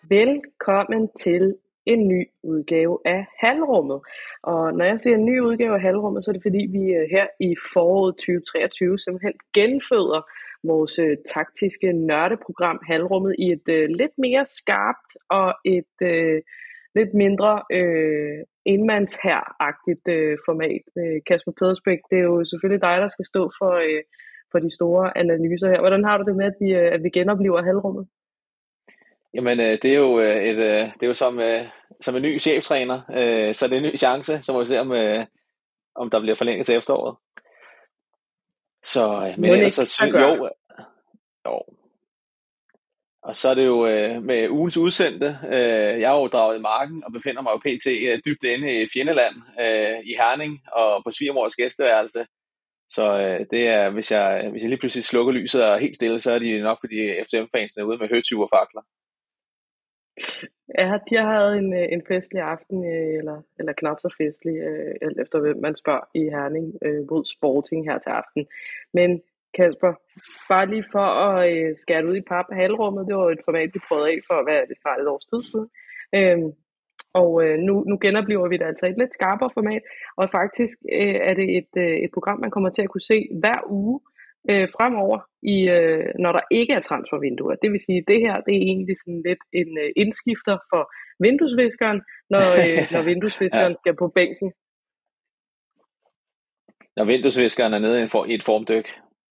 Velkommen til en ny udgave af Halvrummet. Og når jeg siger en ny udgave af Halvrummet, så er det fordi, vi her i foråret 2023 simpelthen genføder vores taktiske nørdeprogram Halvrummet i et lidt mere skarpt og et lidt mindre enmandshær-agtigt format. Kasper Pedersbæk, det er jo selvfølgelig dig, der skal stå for de store analyser her. Hvordan har du det med, at vi genoplever Halvrummet? Jamen, det er jo det er jo som en ny cheftræner, så det er en ny chance, så må vi se om der bliver forlænget til efteråret. Så, men ellers så jo. Og så er det jo med ugens udsendte. Jeg er jo draget i marken og befinder mig jo pt. Dybt inde i Fjendeland i Herning og på svigermors gæsteværelse. Så det er, hvis jeg lige pludselig slukker lyset og er helt stille, så er de nok fordi FCM-fansene er ude med høtyve og fakler. Ja, de har haft en festlig aften, eller knap så festlig, alt efter hvem man spørger i Herning mod Sporting her til aften. Men Kasper, bare lige for at skære ud i pap, Halvrummet, det var et format, vi prøvede af for, hvad er det, snart et års tid siden. Nu genoplever vi det altså et lidt skarpere format, og faktisk er det et program, man kommer til at kunne se hver uge fremover, når der ikke er transfervinduer. Det vil sige, at det her det er egentlig sådan lidt en indskifter for vinduesviskeren, når vinduesviskeren skal på bænken. Når vinduesviskeren er nede i et formdyk.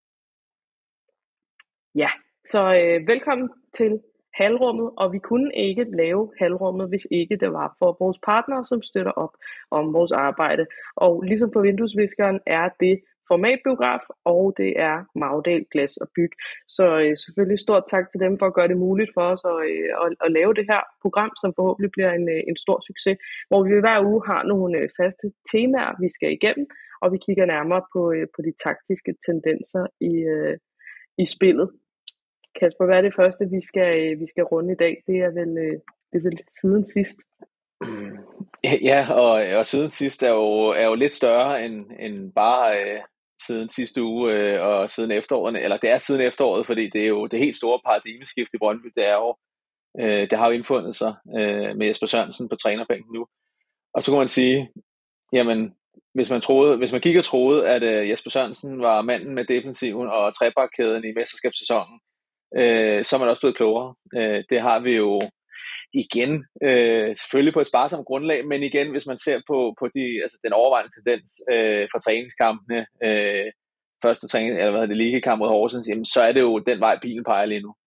Ja, så velkommen til Halvrummet, og vi kunne ikke lave Halvrummet, hvis ikke det var for vores partnere, som støtter op om vores arbejde. Og ligesom på vinduesviskeren er det formatbiograf, og det er Magdal Glas og Byg. Så selvfølgelig stort tak til dem for at gøre det muligt for os at lave det her program, som forhåbentlig bliver en stor succes, hvor vi hver uge har nogle faste temaer, vi skal igennem, og vi kigger nærmere på de taktiske tendenser i spillet. Kasper, hvad er det første, vi skal runde i dag? Det er vel siden sidst. Ja, og siden sidst er jo lidt større end bare siden sidste uge og siden efteråret. Eller det er siden efteråret, fordi det er jo det helt store paradigmeskift i Brøndby. Det har jo indfundet sig med Jesper Sørensen på trænerbænken nu. Og så kunne man sige, jamen, hvis man gik og troede, at Jesper Sørensen var manden med defensiven og trebakkæden i mesterskabssæsonen, så er man også blevet klogere. Det har vi jo igen, selvfølgelig på et sparsomt grundlag, men igen, hvis man ser på den overvejende tendens fra træningskampene, første træning, eller hvad hedder det, ligekamp mod Horsens, jamen, så er det jo den vej pilen peger lige nu.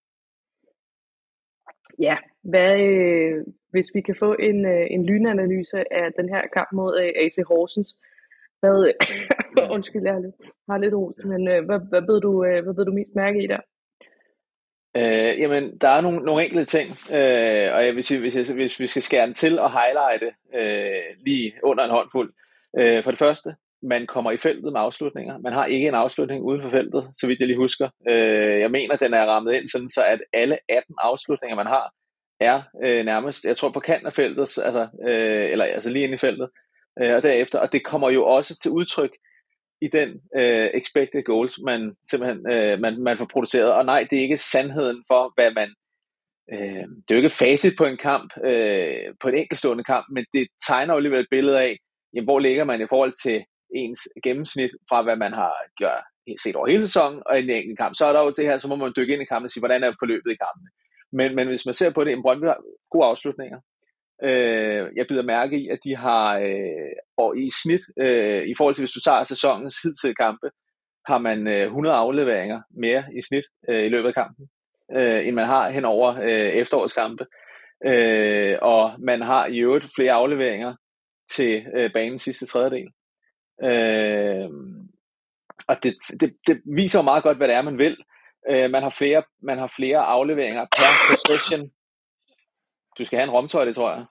Ja, hvis vi kan få en lynanalyse af den her kamp mod AC Horsens, undskyld, jeg har lidt host, men hvad ved du mest mærke i der? Jamen, der er nogle enkelte ting, og jeg vil sige, hvis vi skal skære den til og highlighte lige under en håndfuld. For det første, man kommer i feltet med afslutninger. Man har ikke en afslutning uden for feltet, så vidt jeg lige husker. Jeg mener, den er rammet ind sådan, så at alle 18 afslutninger, man har, er nærmest, jeg tror på kanten af feltet, altså lige inde i feltet, og derefter. Og det kommer jo også til udtryk i den expected goals, man simpelthen man får produceret. Og nej, det er ikke sandheden for, hvad man... det er jo ikke facit på en kamp, på en enkeltstående kamp, men det tegner jo alligevel et billede af, jamen, hvor ligger man i forhold til ens gennemsnit fra, hvad man har set over hele sæsonen, og i en enkelt kamp. Så er der jo det her, så må man dykke ind i kampen og sige, hvordan er forløbet i kampen. Men hvis man ser på det, en Brøndby har gode afslutninger. Jeg bider mærke i, at de har og i snit, i forhold til hvis du tager sæsonens hidtidige kampe, har man 100 afleveringer mere i snit i løbet af kampen, end man har hen over efterårets kampe. Og man har i øvrigt flere afleveringer til banens sidste tredjedel. Og det viser jo meget godt, hvad det er, man vil. Man har flere afleveringer per possession. Du skal have en romtøj, det tror jeg.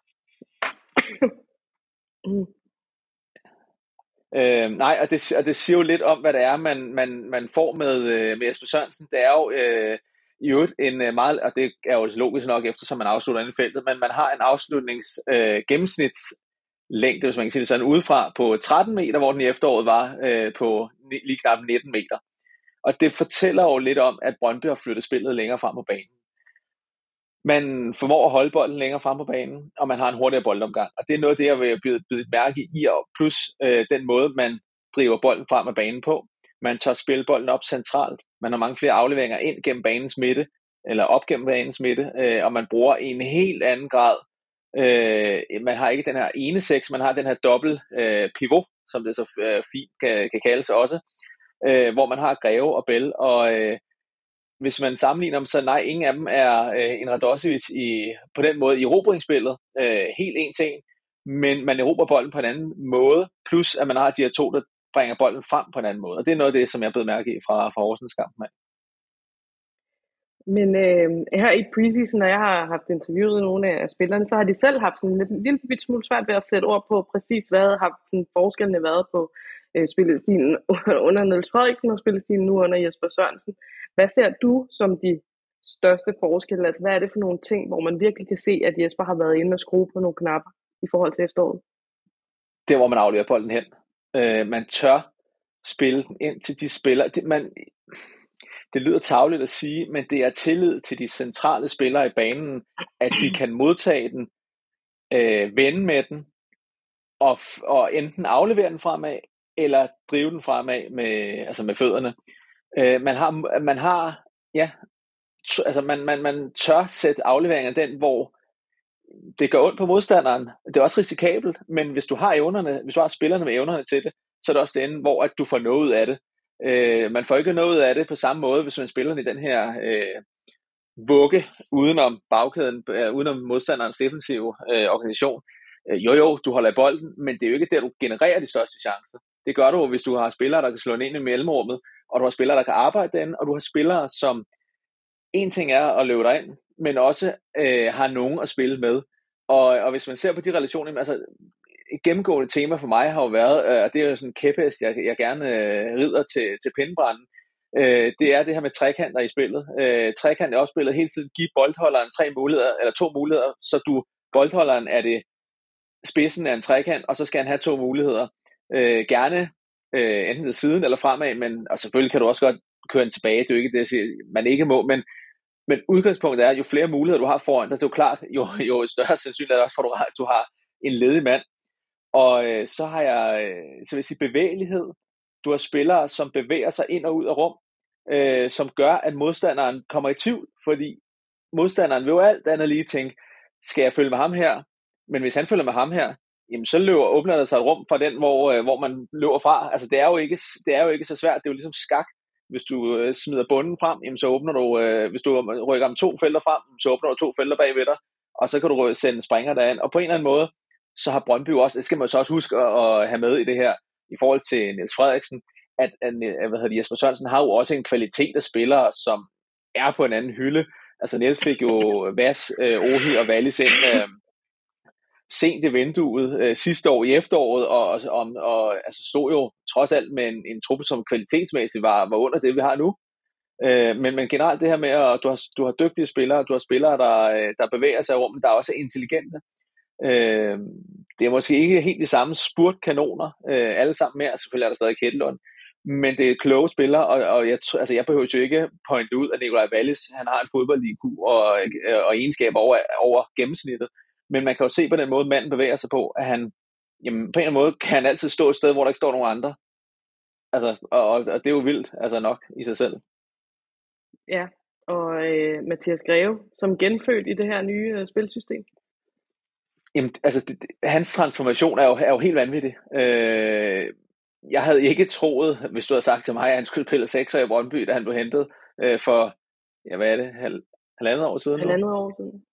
Nej, og det siger jo lidt om, hvad det er, man får med Jesper Sørensen. Det er jo i øvrigt en meget, og det er jo logisk nok, eftersom man afslutter inde i feltet, men man har en afslutnings gennemsnitslængde, hvis man kan sige det sådan, udefra på 13 meter, hvor den i efteråret var på lige knap 19 meter. Og det fortæller jo lidt om, at Brøndby har flyttet spillet længere frem på banen. man formår at holde bolden længere frem på banen, og man har en hurtigere boldomgang. Og det er noget af det, jeg vil bide et mærke i, og plus den måde, man driver bolden frem af banen på. Man tør spille bolden op centralt. Man har mange flere afleveringer ind gennem banens midte, eller op gennem banens midte, og man bruger en helt anden grad. Man har ikke den her ene seks, man har den her dobbelt pivot, som det så fint kan kaldes også, hvor man har Greve og Bell, og hvis man sammenligner dem, så nej, ingen af dem er en Radosevic på den måde i erobringsspillet, helt en til en, men man erobrer bolden på en anden måde, plus at man har de her to, der bringer bolden frem på en anden måde, og det er noget af det, som jeg er blevet mærke i fra Horsens kampen af. Men her i preseason, når jeg har haft interviewet nogle af spillerne, så har de selv haft sådan en lille smule svært ved at sætte ord på præcis, hvad har sådan forskellene været på spillestilen under Niels Frederiksen og spillestilen nu under Jesper Sørensen. Hvad ser du som de største forskelle? Altså hvad er det for nogle ting, hvor man virkelig kan se, at Jesper har været inde og skrue på nogle knapper i forhold til efteråret? Det hvor man afleverer bolden hen. Man tør spille den ind til de spillere. Det lyder tarveligt at sige, men det er tillid til de centrale spillere i banen, at de kan modtage den, vende med den, og enten aflevere den fremad, eller drive den fremad med fødderne. Man tør sætte afleveringen den, hvor det gør ondt på modstanderen. Det er også risikabelt, men hvis du har spillerne med evnerne til det, så er det også den, hvor at du får noget ud af det. Man får ikke noget ud af det på samme måde, hvis man spiller i den her vugge udenom bagkæden, udenom modstanderens defensive organisation. Jo, du holder i bolden, men det er jo ikke der, du genererer de største chancer. Det gør du, hvis du har spillere, der kan slå ind i mellemrummet, og du har spillere, der kan arbejde derinde, og du har spillere, som en ting er at løbe dig ind, men også har nogen at spille med. Og hvis man ser på de relationer, altså et gennemgående tema for mig har jo været, og det er jo sådan en kæphest, jeg gerne rider til pindebranden, det er det her med trekanter i spillet. Trekant er også spillet hele tiden. Giv boldholderen to muligheder, så boldholderen er det spidsen af en trekant, og så skal han have to muligheder. Gerne enten til siden eller fremad, og selvfølgelig kan du også godt køre den tilbage. Det er jo ikke det, jeg siger, man ikke må, men udgangspunktet er, jo flere muligheder du har foran dig, det er jo klart, jo større sandsynlighed er også for, at du har en ledig mand. Og så vil jeg sige bevægelighed. Du har spillere, som bevæger sig ind og ud af rum, som gør, at modstanderen kommer i tvivl, fordi modstanderen vil jo alt andet lige tænke, skal jeg følge med ham her? Men hvis han følger med ham her, jamen så åbner der sig et rum fra den, hvor man løber fra. Altså det er jo ikke så svært, det er jo ligesom skak. Hvis du smider bunden frem, jamen så åbner du, hvis du rykker om 2 felter frem, så åbner du 2 felter bagved dig, og så kan du sende springer derind. Og på en eller anden måde, så har Brøndby også, det skal man så også huske at have med i det her, i forhold til Niels Frederiksen, at Jesper Sørensen har jo også en kvalitet af spillere, som er på en anden hylde. Altså Niels fik jo Vas, Ohi og Wallis ind sent i vinduet sidste år i efteråret, og altså stod jo trods alt med en truppe, som kvalitetsmæssigt var under det, vi har nu. Men generelt det her med, at du har dygtige spillere, du har spillere, der bevæger sig i rummet, der er også intelligente. Det er måske ikke helt de samme spurtkanoner, alle sammen mere, selvfølgelig er der stadig Kettelund, men det er kloge spillere, og jeg behøver jo ikke pointe ud, at Nikolaj Wallis, han har en fodbold-IQ og egenskaber over gennemsnittet, men man kan jo se på den måde, manden bevæger sig på, at han, jamen, på en eller anden måde, kan han altid stå et sted, hvor der ikke står nogen andre. Altså, og det er jo vildt, altså nok i sig selv. Ja, og Mathias Greve, som genfødt i det her nye spilsystem. Jamen, altså, hans transformation er jo helt vanvittig. Jeg havde ikke troet, hvis du havde sagt til mig, at han skulle spille 6'er i Brøndby, da han blev hentet for, hvad er det, halvandet år siden? Halvandet år siden.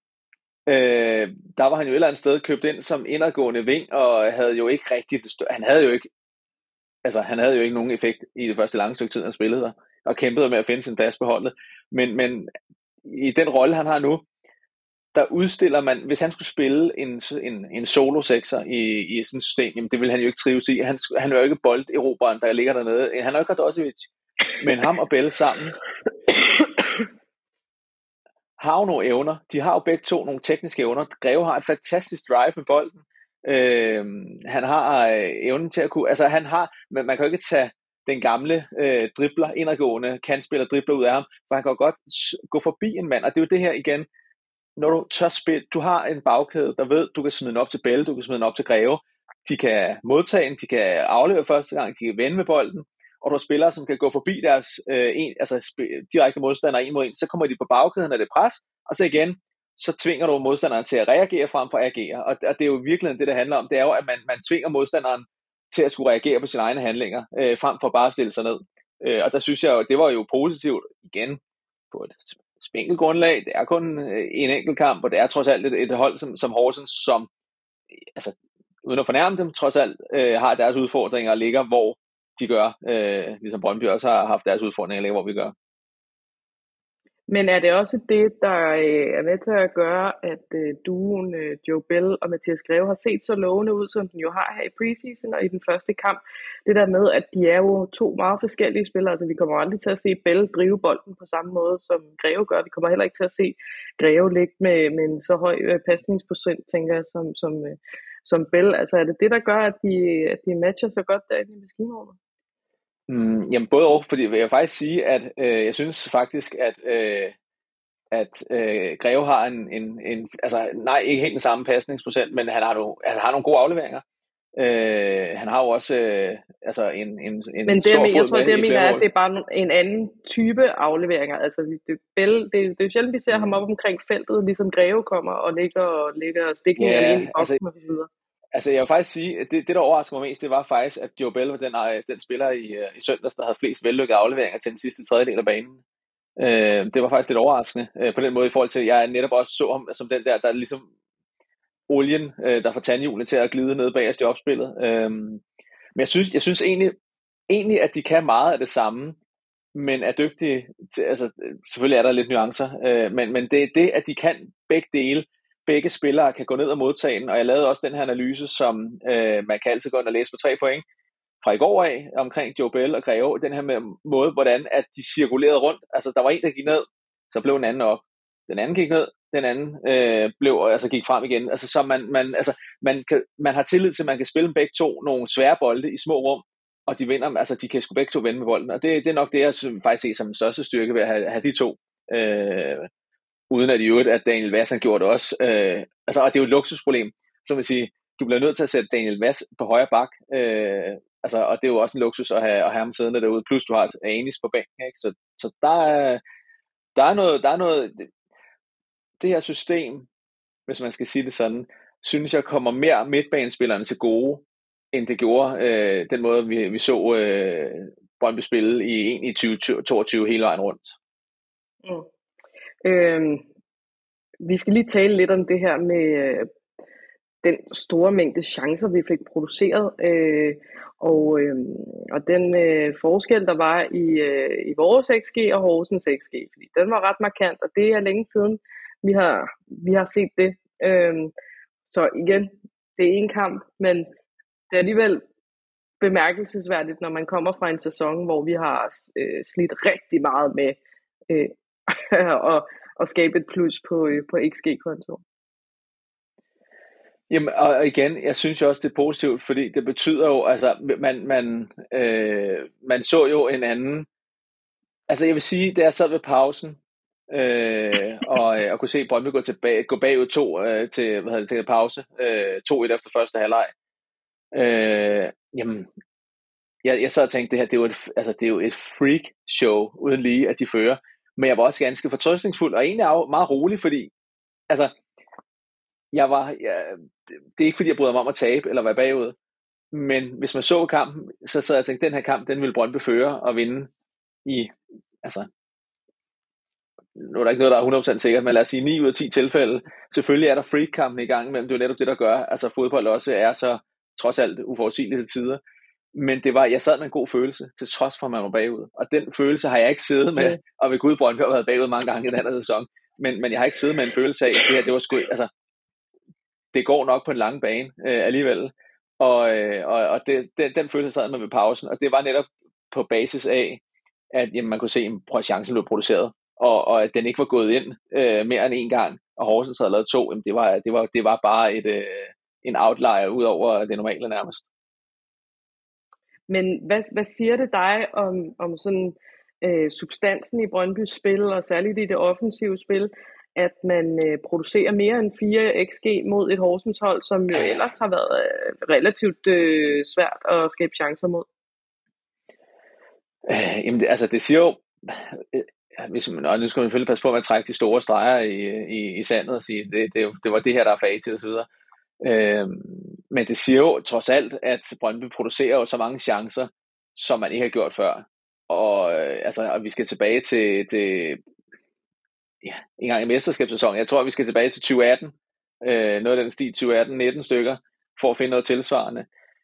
Der var han jo et eller andet sted købt ind som indadgående ving, og havde jo ikke rigtig, han havde jo ikke nogen effekt i det første lange stykke tid, han spillede der, og kæmpede med at finde sin plads på holdet. Men i den rolle, han har nu, der udstiller man, hvis han skulle spille en solo-sekser i sådan et system, jamen det vil han jo ikke trives i. Han er jo ikke bolderobreren, der ligger dernede. Han er jo ikke Radosevic. Men ham og Bell sammen har jo nogle evner. De har jo begge to nogle tekniske evner. Greve har et fantastisk drive med bolden. Han har evnen til at kunne, altså man kan jo ikke tage den gamle dribler, indadgående kantspiller dribler ud af ham, for han kan jo godt gå forbi en mand, og det er jo det her igen. når du tør spille, du har en bagkæde, der ved, du kan smide den op til Bælle, du kan smide den op til Greve, de kan modtage den, de kan aflevere første gang, de kan vende med bolden, og du har spillere, som kan gå forbi deres direkte modstandere en mod en, så kommer de på bagkæden af det pres, og så igen, så tvinger du modstanderen til at reagere frem for at agere, og det er jo virkelig det, det handler om, det er jo, at man tvinger modstanderen til at skulle reagere på sine egne handlinger, frem for bare at stille sig ned. Og der synes jeg jo, det var jo positivt igen på et spinkelt grundlag. Det er kun en enkelt kamp, og det er trods alt et hold som Horsens, som, altså uden at fornærme dem, trods alt har deres udfordringer og ligger, hvor de gør, ligesom Brøndby også har haft deres udfordringer, ligger, hvor vi gør. Men er det også det, der er med til at gøre, at duoen Joe Bell og Mathias Greve har set så lovende ud, som den jo har her i preseason og i den første kamp? Det der med, at de er jo to meget forskellige spillere. Altså, vi kommer aldrig til at se Bell drive bolden på samme måde, som Greve gør. Vi kommer heller ikke til at se Greve ligge med en så høj pasningsprocent, tænker jeg, som Bell. Altså, er det det, der gør, at de matcher så godt derinde i maskinrummet? Jamen både og, fordi jeg vil faktisk sige, at jeg synes faktisk, at Greve har en altså nej, ikke helt den samme pasningsprocent, men han har nogle gode afleveringer. Han har jo også altså en men stor fod. Jeg tror, det jeg mener er, at det er bare en anden type afleveringer. Altså, det er jo sjældent, vi ser ham op omkring feltet, ligesom Greve kommer og lægger stikningerne ind i boksen og så videre. Altså jeg vil faktisk sige, at det der overrasker mig mest, det var faktisk, at Joe Bell var den spiller i søndags, der havde flest vellykkede afleveringer til den sidste tredjedel af banen. Det var faktisk lidt overraskende på den måde i forhold til, at jeg netop også så ham som den der ligesom olien, der får tandhjulene til at glide ned bag jobspillet. Men jeg synes egentlig, at de kan meget af det samme, men er dygtige til, altså selvfølgelig er der lidt nuancer, men det er det, at de kan begge dele. Begge spillere kan gå ned og modtage den, og jeg lavede også den her analyse, som man kan altid gå ind og læse på 3 point fra i går af, omkring Joe Bell og Greve, den her med måde, hvordan at de cirkulerede rundt. Altså der var en, der gik ned, så blev den anden op. Den anden gik ned, den anden gik frem igen. Altså så man har tillid til, at man kan spille begge to nogle svære bolde i små rum, og de vinder, altså de kan sgu begge to vinde med bolden. Og det er nok det, jeg faktisk ser som den største styrke ved at have de to. Uden at i øvrigt, at Daniel Vass han gjorde det også. Og det er jo et luksusproblem. Så vil sige, du bliver nødt til at sætte Daniel Vass på højre bak. Og det er jo også en luksus at have ham siddende derude. Plus du har Anis på bænken. Ikke? Så der er noget. Det her system, hvis man skal sige det sådan, synes jeg kommer mere midtbanespillerne til gode, end det gjorde den måde, vi så Brøndby spille i 2022 hele vejen rundt. Vi skal lige tale lidt om det her med den store mængde chancer, vi fik produceret, og den forskel, der var i vores XG og Horsens XG, fordi den var ret markant, og det er længe siden, vi har set det. Så igen, det er en kamp, men det er alligevel bemærkelsesværdigt, når man kommer fra en sæson, hvor vi har slidt rigtig meget med og skabe et plus på XG-konto. Jamen, og igen, jeg synes også, det er positivt, fordi det betyder jo, altså, man så jo en anden, altså jeg vil sige, da jeg sad ved pausen, og kunne se Brøndby gå bagud 2 til pause, 2-1 efter første halvleg. Jamen, jeg sad og tænkte, det her, det er jo et freak show, uden lige, at de fører. Men jeg var også ganske fortrøstningsfuld, og egentlig meget rolig, fordi, altså, det er ikke fordi, jeg bryder mig om at tabe, eller være bagud. Men hvis man så kampen, så sad jeg og tænkte, den her kamp, den vil Brøndby føre og vinde i, altså, nu er der ikke noget, der er 100% sikkert, men lad os sige 9 ud af 10 tilfælde. Selvfølgelig er der freak-kampen i gang imellem, det er jo netop det, der gør, altså fodbold også er så trods alt uforudsigeligt til tider. Men jeg sad med en god følelse, til trods for, at man var bagud. Og den følelse har jeg ikke siddet med, og ved Gud, Brøndby har været bagud mange gange i den anden sæson. Men jeg har ikke siddet med en følelse af, at det her, det var sgu, altså, det går nok på en lang bane alligevel. Og den følelse sad man ved pausen, og det var netop på basis af, at jamen, man kunne se, at chancen blev produceret, og at den ikke var gået ind mere end en gang, og Horsens havde lavet 2, jamen, det var bare en outlier ud over det normale nærmest. Men hvad siger det dig om sådan substansen i Brøndbys spil, og særligt i det offensive spil? at man producerer mere end 4 XG mod et Horsens hold, som jo ellers har været relativt svært at skabe chancer mod? Jamen, det siger jo, hvis man, og nu skal man selvfølgelig passe på at trække de store streger i sandet og sige, det var det her, der er facit og så videre. Men det siger jo trods alt, at Brøndby producerer jo så mange chancer, som man ikke har gjort før. Og vi skal tilbage til en gang i mesterskabssæsonen. Jeg tror, vi skal tilbage til 2018. Noget af den stil, 2018-19 stykker, for at finde noget tilsvarende.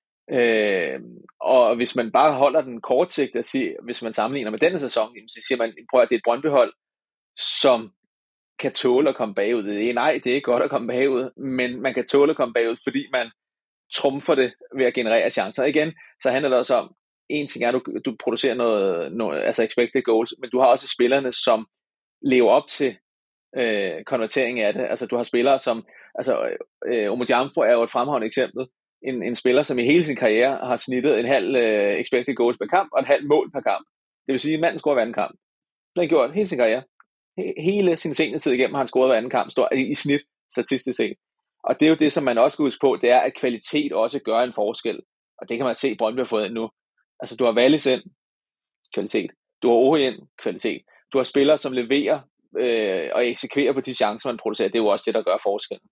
Og hvis man bare holder den kortsigt og siger, hvis man sammenligner med denne sæson, så siger man, prøv at det er et Brøndby-hold, som kan tåle at komme bagud. Nej, det er ikke godt at komme bagud, men man kan tåle at komme bagud, fordi man trumfer det ved at generere chancer. Igen, så handler det også om, en ting er, at du producerer noget altså expected goals, men du har også spillerne, som lever op til konvertering af det. Altså du har spillere som, Omodjamfo er jo et fremragende eksempel. En spiller, som i hele sin karriere har snittet en halv expected goals per kamp og en halv mål per kamp. Det vil sige, at manden scorer hver anden kamp. Det har han gjort hele sin karriere. Hele sin seniortid igennem har han scoret hver anden kamp, står i snit statistisk set. Og det er jo det, som man også skal huske på, det er, at kvalitet også gør en forskel. Og det kan man se, at Brøndby har fået ind nu. Altså, du har Wallis ind, kvalitet. Du har Ori ind, kvalitet. Du har spillere, som leverer og eksekverer på de chancer, man producerer. Det er jo også det, der gør forskellen.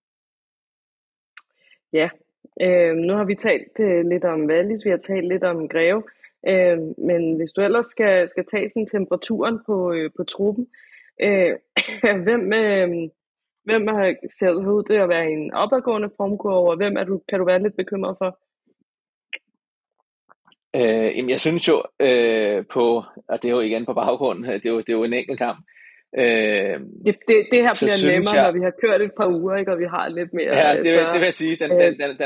Ja, nu har vi talt lidt om Wallis, vi har talt lidt om Greve. Men hvis du ellers skal tage sådan temperaturen på truppen, hvem ser så ud til at være en opadgående formkurve, og hvem kan du være lidt bekymret for? Jeg synes jo og det er jo igen på baggrund, det er jo en enkelt kamp. Det her bliver nemmere, når vi har kørt et par uger, ikke, og vi har lidt mere. Ja, det vil jeg sige, den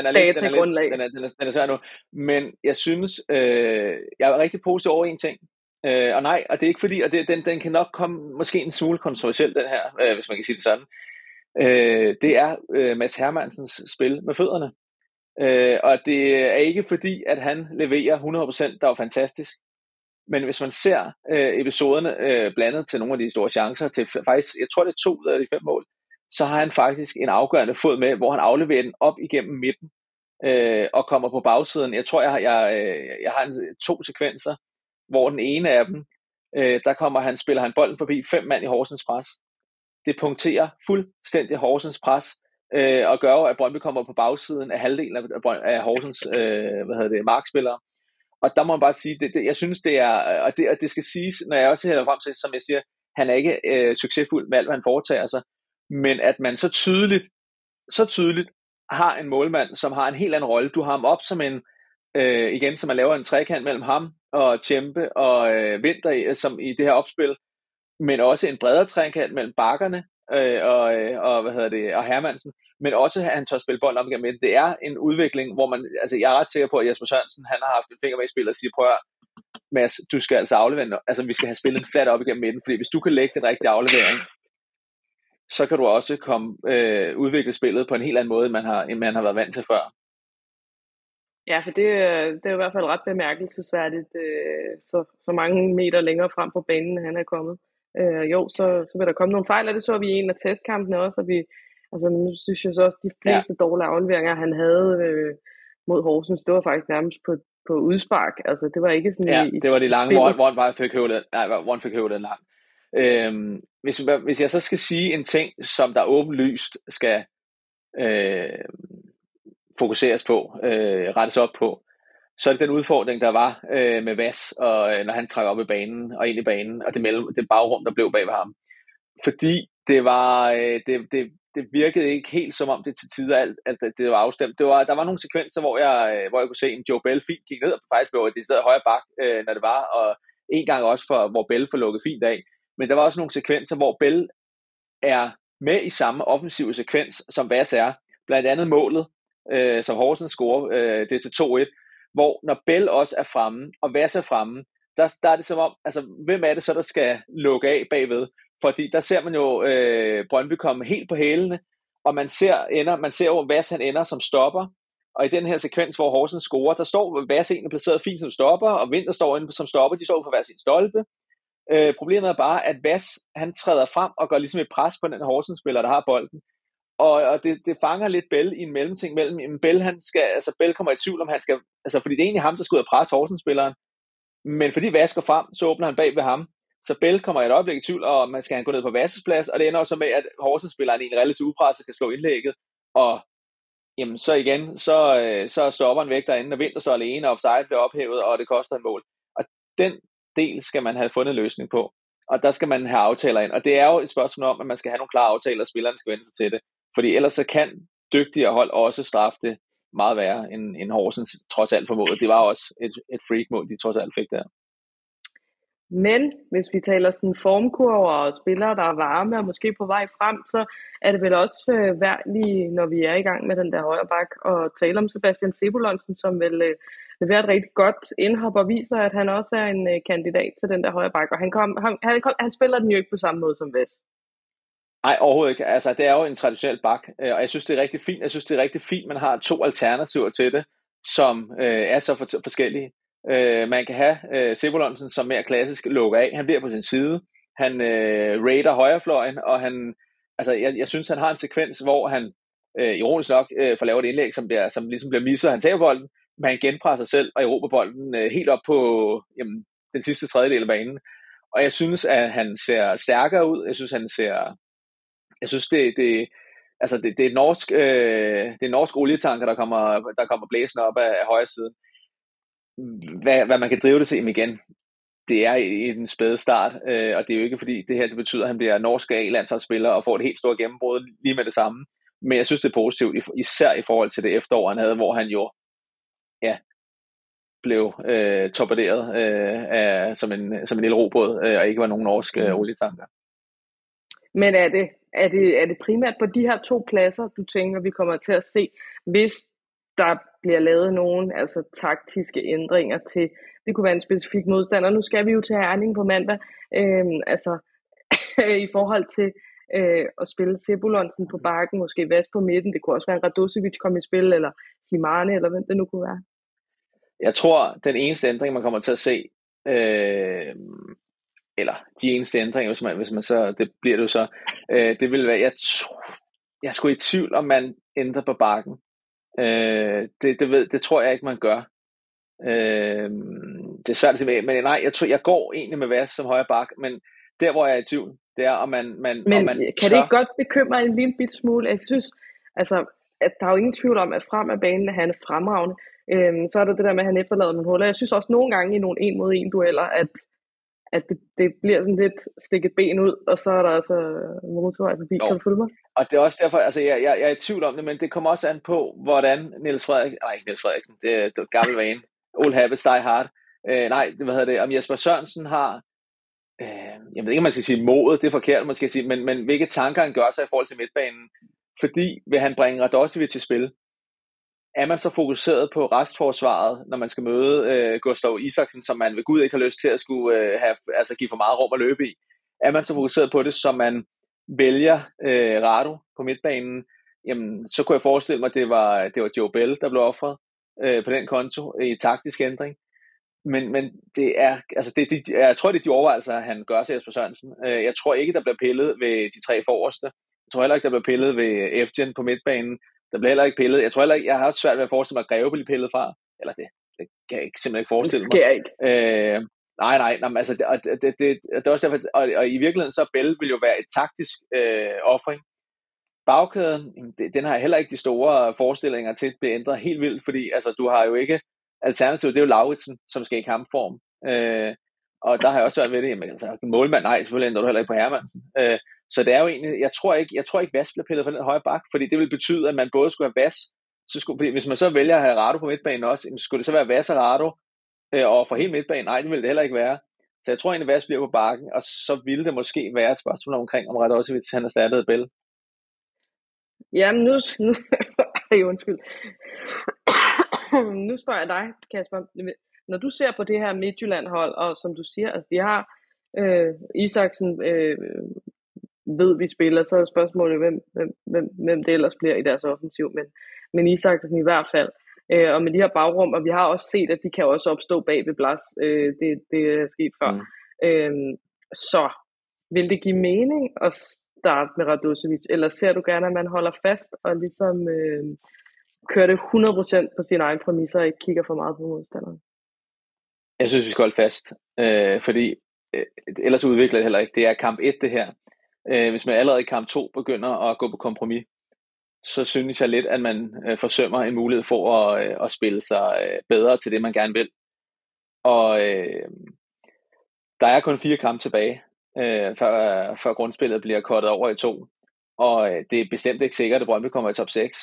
er svært nu. Men jeg synes, jeg er rigtig positiv over en ting. Og nej, og det er ikke fordi, og den kan nok komme måske en smule kontroversiel, den her, hvis man kan sige det sådan. Det er Mads Hermansens spil med fødderne. Og det er ikke fordi, at han leverer 100%, der er fantastisk. Men hvis man ser episoderne blandet til nogle af de store chancer, til faktisk, jeg tror det er 2 ud af de 5 mål, så har han faktisk en afgørende fod med, hvor han afleverer den op igennem midten og kommer på bagsiden. Jeg tror, jeg har 2 sekvenser, hvor den ene af dem, spiller han bolden forbi 5 mand i Horsens pres. Det punkterer fuldstændig Horsens pres, og gør at Brøndby kommer på bagsiden af halvdelen af Horsens markspillere. Og der må man bare sige, jeg synes det er, og det skal siges, når jeg også hælder frem til, som jeg siger, han er ikke succesfuld med alt, hvad han foretager sig, men at man så tydeligt har en målmand, som har en helt anden rolle. Du har ham op som så man laver en trekant mellem ham og Tjempe og Vinter, som i det her opspil, men også en bredere trekant mellem bakkerne og Hermansen, men også at han tør spille bolden op igennem midten. Det er en udvikling, hvor man, altså jeg er ret sikker på, at Jesper Sørensen, han har haft en finger med i spillet og siger, prøv at Mads, du skal altså aflevere, altså vi skal have spillet en flat op igennem midten, fordi hvis du kan lægge den rigtige aflevering, så kan du også udvikle spillet på en helt anden måde, end man har været vant til før. Ja, for det er i hvert fald ret bemærkelsesværdigt, så mange meter længere frem på banen, han er kommet. Så vil der komme nogle fejl, og det så vi i en af testkampene også, og nu synes jeg så også, de fleste dårlige afleveringer, han havde mod Horsens, det var faktisk nærmest på udspark. Altså, det var ikke sådan det var de lange, hvor han fik høvlet lang. Hvis jeg så skal sige en ting, som der åbenlyst skal fokuseres på, rettes op på, så er det den udfordring, der var med Vas, og når han trak op i banen og ind i banen, og det bagrum, der blev bag ved ham. Fordi det var, det virkede ikke helt som om det til tider at det var afstemt. Der var nogle sekvenser, hvor jeg kunne se en Joe Bell fint gik ned, og faktisk blev det stedet højre bak, når det var, og en gang også, hvor Bell får lukket fint af. Men der var også nogle sekvenser, hvor Bell er med i samme offensive sekvens, som Vas er. Blandt andet målet, som Horsens scorer, det til 2-1, hvor når Bell også er fremme, og Vas er fremme, der er det som om, altså hvem er det så, der skal lukke af bagved? Fordi der ser man jo Brøndby komme helt på hælene, og man ser jo, Vas han ender som stopper, og i den her sekvens, hvor Horsens scorer, der står Vas egentlig placeret fint som stopper, og Vinter står inde som stopper, de står for hver sin stolpe, Problemet er bare, at Vas, han træder frem og går ligesom et pres på den Horsens-spiller, der har bolden. Og det fanger lidt Bell i en mellemting mellem, jamen Bell kommer i tvivl om, han skal, altså fordi det er egentlig ham, der skal ud og presse Horsens-spilleren, men fordi Vas går frem, så åbner han bag ved ham, så Bell kommer i et øjeblik i tvivl, og man skal gå ned på Vas' plads, og det ender også med, at Horsens-spilleren egentlig relativt upresset kan slå indlægget, og jamen så igen, så stopper han væk derinde, og Vinter står alene, og offside bliver ophævet, og det koster en mål. Og den del skal man have fundet en løsning på, og der skal man have aftaler ind, og det er jo et spørgsmål om, at man skal have nogle klare aftaler, og spillerne skal vende sig til det, fordi ellers så kan dygtigere hold også straffe det meget værre, end Horsens trods alt formåede. Det var også et freak-mål, de trods alt fik der. Men hvis vi taler sådan formkurver og spillere, der er varme og måske på vej frem, så er det vel også værd lige, når vi er i gang med den der højre bak, og tale om Sebastian Sebulonsen, som vel leverer et rigtig godt indhop og viser, at han også er en kandidat til den der højre bak. Og han spiller den jo ikke på samme måde som Vest. Nej, overhovedet ikke. Altså, det er jo en traditionel bak, og jeg synes, det er rigtig fint. Jeg synes, det er rigtig fint, man har 2 alternativer til det, som er så forskellige. Man kan have Sebulonsen, som mere klassisk lukker af. Han bliver på sin side. Han raider højrefløjen, og jeg synes, han har en sekvens, hvor han ironisk nok får lavet et indlæg, som ligesom bliver misset. Han tager bolden, men han genpresser sig selv og erobrer bolden helt op på den sidste tredjedel af banen. Og jeg synes, at han ser stærkere ud. Jeg synes, det er norsk olietanker, der kommer blæsende op af højre siden. Hvad man kan drive det til igen, det er i den spæde start, og det er jo ikke fordi det her det betyder, at han bliver norsk A-landsholdsspiller og får et helt stort gennembrud lige med det samme. Men jeg synes, det er positivt, især i forhold til det efterår, han havde, hvor han jo blev torpederet som en lille robåd, og ikke var nogen norsk olietanker. Men er det primært på de her 2 pladser, du tænker, vi kommer til at se, hvis der bliver lavet nogle taktiske ændringer til, det kunne være en specifik modstander. Nu skal vi jo til Herning på mandag, i forhold til at spille Sebulonsen på bakken, måske Vas på midten, det kunne også være en Radosevic komme i spil, eller Slimane, eller hvem det nu kunne være. Jeg tror, den eneste ændring, man kommer til at se, eller de eneste ændringer, hvis man så, det bliver det jo så, det vil være, jeg skulle i tvivl, om man ændrer på bakken. Det tror jeg ikke, man gør. Det er svært at sige, men nej, jeg går egentlig med Vas som højre bak, men der, hvor jeg er i tvivl, det er, om man kan det ikke godt bekymre en lille bit smule? Jeg synes, at der er jo ingen tvivl om, at frem af banen, at han er fremragende. Så er der det der med, at han efterlader nogle huller. Jeg synes også nogle gange i nogle 1-mod-1 dueller, at det bliver sådan lidt stikket ben ud, og så er der altså motorvej forbi. Kan du følge mig? Og det er også derfor, jeg er i tvivl om det, men det kommer også an på, hvordan Niels Frederiksen, det er gammel vane, old habits die hard. Om Jesper Sørensen har, jeg ved ikke, om man skal sige modet, det er forkert, man skal sige, men hvilke tanker han gør sig i forhold til midtbanen, fordi vil han bringe Radosevic til spil, er man så fokuseret på restforsvaret, når man skal møde Gustav Isaksen, som man ved Gud ikke har lyst til at skulle give for meget rum at løbe i, er man så fokuseret på det, som man vælger Rado på midtbanen, jamen, så kunne jeg forestille mig, at det var Joe Bell, der blev offret på den konto i taktisk ændring. Men det er, jeg tror, det er de overvejelser, han gør sig, Jesper Sørensen. Jeg tror ikke, der bliver pillet ved de 3 forreste. Jeg tror heller ikke, der bliver pillet ved Evgen på midtbanen. Der bliver heller ikke pillet. Jeg tror heller ikke, jeg har også svært ved at forestille mig, at Greve bliver pillet fra. Eller det kan jeg simpelthen ikke forestille mig. Det sker ikke. Nej, det er også derfor, og i virkeligheden så Bell vil jo være et taktisk offring. Bagkæden, den har heller ikke de store forestillinger til at blive ændret helt vildt, fordi du har jo ikke alternativet, det er jo Lauritsen, som skal i kampform. Og der har jeg også været ved det, jamen målmand, nej, selvfølgelig ændrer du heller ikke på Hermansen. Så det er jo egentlig, jeg tror ikke Vas bliver pillet for den højre bak, fordi det vil betyde, at man både skulle have Vas, fordi hvis man så vælger at have Rado på midtbanen også, skulle det så være Vas og Rado, og for hele midtbanen, nej, det vil det heller ikke være. Så jeg tror egentlig, Vas bliver på bakken, og så ville det måske være et spørgsmål omkring, om Radosevic han erstattede Bell. Jamen nu undskyld. Nu spørger jeg dig, Kasper, når du ser på det her Midtjylland-hold, og som du siger, de har Isaksen, ved vi spiller, så er spørgsmålet, hvem det ellers bliver i deres offensiv, men Isaksen i hvert fald. Og med de her bagrum, og vi har også set, at de kan også opstå bag ved Blas. Det er sket før. Så vil det give mening at starte med Radosevic, eller ser du gerne, at man holder fast og ligesom kører det 100% på sine egne præmisser og ikke kigger for meget på modstanderen? Jeg synes, vi skal holde fast, fordi ellers udvikler det heller ikke. Det er kamp 1, det her. Hvis man allerede i kamp 2 begynder at gå på kompromis, så synes jeg lidt, at man forsømmer en mulighed for at spille sig bedre til det, man gerne vil. Og der er kun 4 kampe tilbage, før grundspillet bliver kortet over i 2. Og det er bestemt ikke sikkert, at Brøndby kommer i top 6.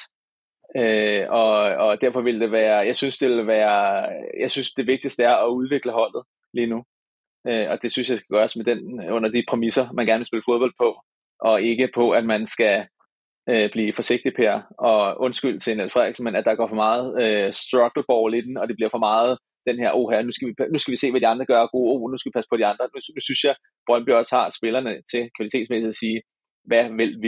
Og derfor vil det være, jeg synes det vigtigste er at udvikle holdet lige nu. Og det synes jeg skal gøres med under de præmisser, man gerne vil spille fodbold på, og ikke på, at man skal blive forsigtig, Per, og undskyld til Niels Frederiksen, men at der går for meget struggle ball i den, og det bliver for meget den her, nu skal vi se, hvad de andre gør, nu skal vi passe på de andre. Nu synes jeg, Brøndby også har spillerne til kvalitetsmæssigt at sige, hvad vil vi?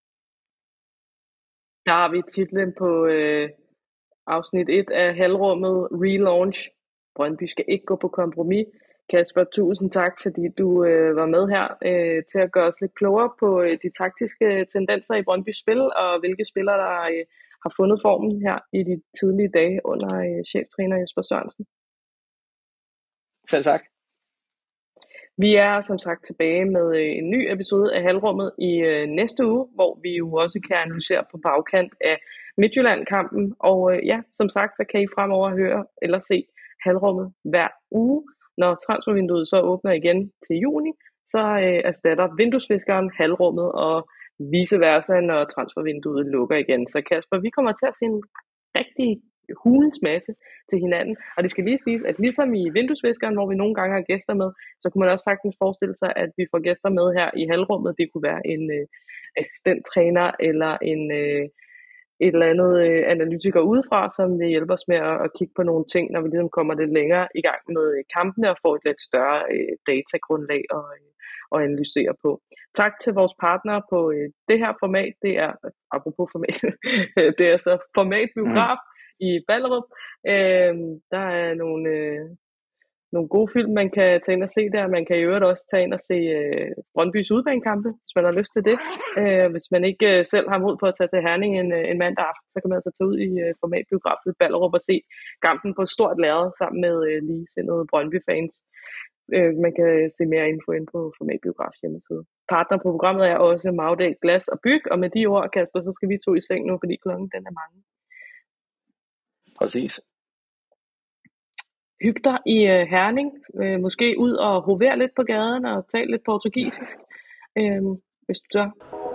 Der har vi titlen på afsnit 1 af Halvrummet Relaunch. Brøndby skal ikke gå på kompromis. Kasper, tusind tak, fordi du var med her til at gøre os lidt klogere på de taktiske tendenser i Brøndbys spil, og hvilke spillere, der har fundet formen her i de tidlige dage under cheftræner Jesper Sørensen. Selv tak. Vi er som sagt tilbage med en ny episode af Halvrummet i næste uge, hvor vi jo også kan analysere på bagkant af Midtjylland-kampen. Og ja, som sagt, så kan I fremover høre eller se Halvrummet hver uge. Når transfervinduet så åbner igen til juni, så erstatter vinduesviskeren Halvrummet og vice versa, når transfervinduet lukker igen. Så Kasper, vi kommer til at se en rigtig hulens masse til hinanden. Og det skal lige siges, at ligesom i vinduesviskeren, hvor vi nogle gange har gæster med, så kunne man også sagtens forestille sig, at vi får gæster med her i Halvrummet. Det kunne være en assistenttræner eller et eller andet analytiker udefra, som vil hjælpe os med at kigge på nogle ting, når vi ligesom kommer lidt længere i gang med kampene og får et lidt større datagrundlag at analysere på. Tak til vores partnere på det her format. Det er, apropos format, det er så Format Biograf i Ballerup. Der er nogle gode film, man kan tage ind og se der. Man kan i øvrigt også tage ind og se Brøndbys udbanekampe, hvis man har lyst til det. Hvis man ikke selv har mod på at tage til Herning en mandag aften, så kan man altså tage ud i formatbiografen i Ballerup og se kampen på et stort lærred sammen med ligesindede Brøndby-fans. Man kan se mere info ind på Formatbiografs hjemmeside. Partner på programmet er også Magdal Glas og Byg, og med de ord, Kasper, så skal vi to i seng nu, fordi klokken den er mange. Præcis. Hyg dig i Herning, måske ud og hovere lidt på gaden og tale lidt portugisisk, hvis du tør.